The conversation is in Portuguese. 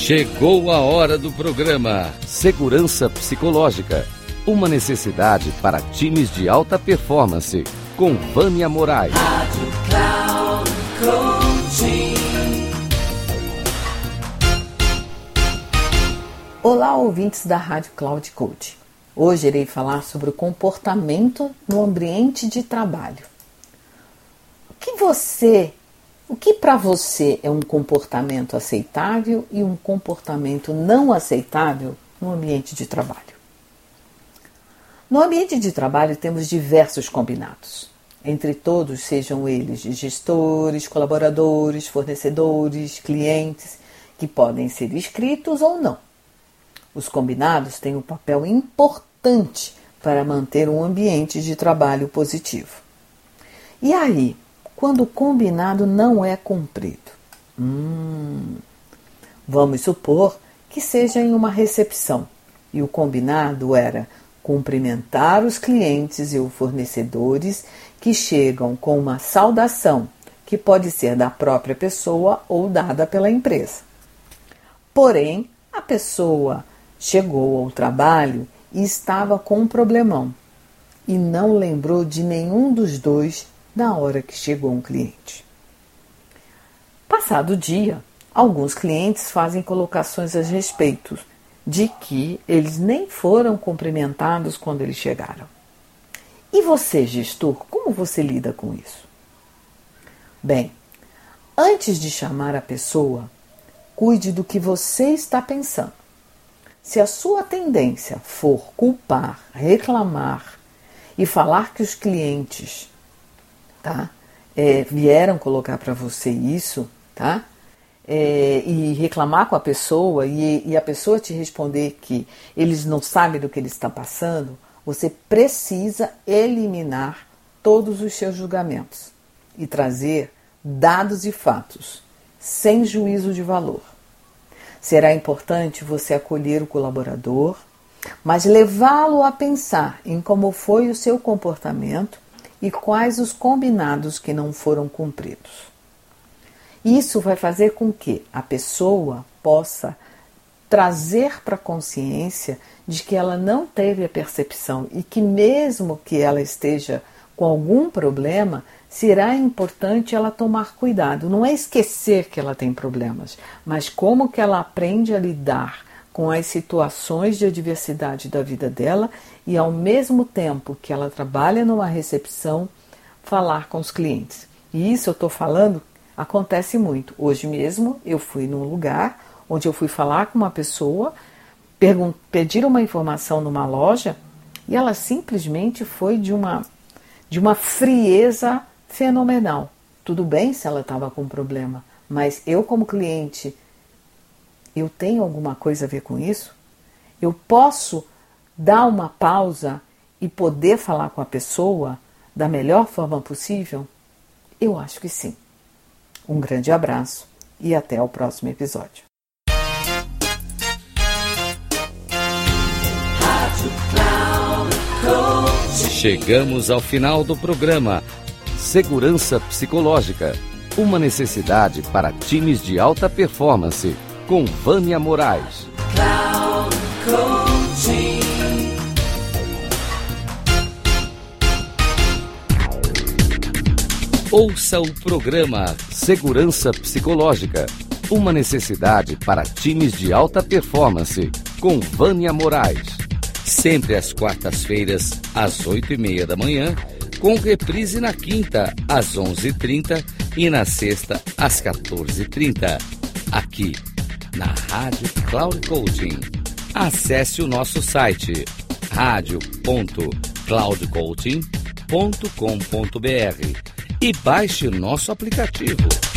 Chegou a hora do programa Segurança Psicológica, uma necessidade para times de alta performance, com Vânia Moraes. Rádio Cloud Coaching. Olá, ouvintes da Rádio Cloud Coaching. Hoje irei falar sobre o comportamento no ambiente de trabalho. O que para você é um comportamento aceitável e um comportamento não aceitável no ambiente de trabalho? No ambiente de trabalho temos diversos combinados. Entre todos, sejam eles de gestores, colaboradores, fornecedores, clientes, que podem ser escritos ou não. Os combinados têm um papel importante para manter um ambiente de trabalho positivo. E aí, quando o combinado não é cumprido? Vamos supor que seja em uma recepção e o combinado era cumprimentar os clientes e os fornecedores que chegam com uma saudação que pode ser da própria pessoa ou dada pela empresa. Porém, a pessoa chegou ao trabalho e estava com um problemão e não lembrou de nenhum dos dois na hora que chegou um cliente. Passado o dia, alguns clientes fazem colocações a respeito de que eles nem foram cumprimentados quando eles chegaram. E você, gestor, como você lida com isso? Bem, antes de chamar a pessoa, cuide do que você está pensando. Se a sua tendência for culpar, reclamar e falar que os clientes vieram colocar para você isso, e reclamar com a pessoa e a pessoa te responder que eles não sabem do que ele está passando, você precisa eliminar todos os seus julgamentos e trazer dados e fatos, sem juízo de valor. Será importante você acolher o colaborador, mas levá-lo a pensar em como foi o seu comportamento e quais os combinados que não foram cumpridos. Isso vai fazer com que a pessoa possa trazer para a consciência de que ela não teve a percepção e que mesmo que ela esteja com algum problema, será importante ela tomar cuidado. Não é esquecer que ela tem problemas, mas como que ela aprende a lidar com as situações de adversidade da vida dela e ao mesmo tempo que ela trabalha numa recepção, falar com os clientes. E isso eu estou falando, acontece muito. Hoje mesmo eu fui num lugar onde eu fui falar com uma pessoa, pedir uma informação numa loja e ela simplesmente foi de uma frieza fenomenal. Tudo bem se ela estava com problema, mas eu como cliente, eu tenho alguma coisa a ver com isso? Eu posso dar uma pausa e poder falar com a pessoa da melhor forma possível? Eu acho que sim. Um grande abraço e até o próximo episódio. Chegamos ao final do programa Segurança Psicológica, uma necessidade para times de alta performance, com Vânia Moraes. Cloud Coaching. Ouça o programa Segurança Psicológica, uma necessidade para times de alta performance, com Vânia Moraes. Sempre às quartas-feiras, às 8h30 da manhã, com reprise na quinta, às 11h30 e na sexta, às 14h30. Aqui, na Rádio Cloud Coaching. Acesse o nosso site radio.cloudcoaching.com.br e baixe o nosso aplicativo.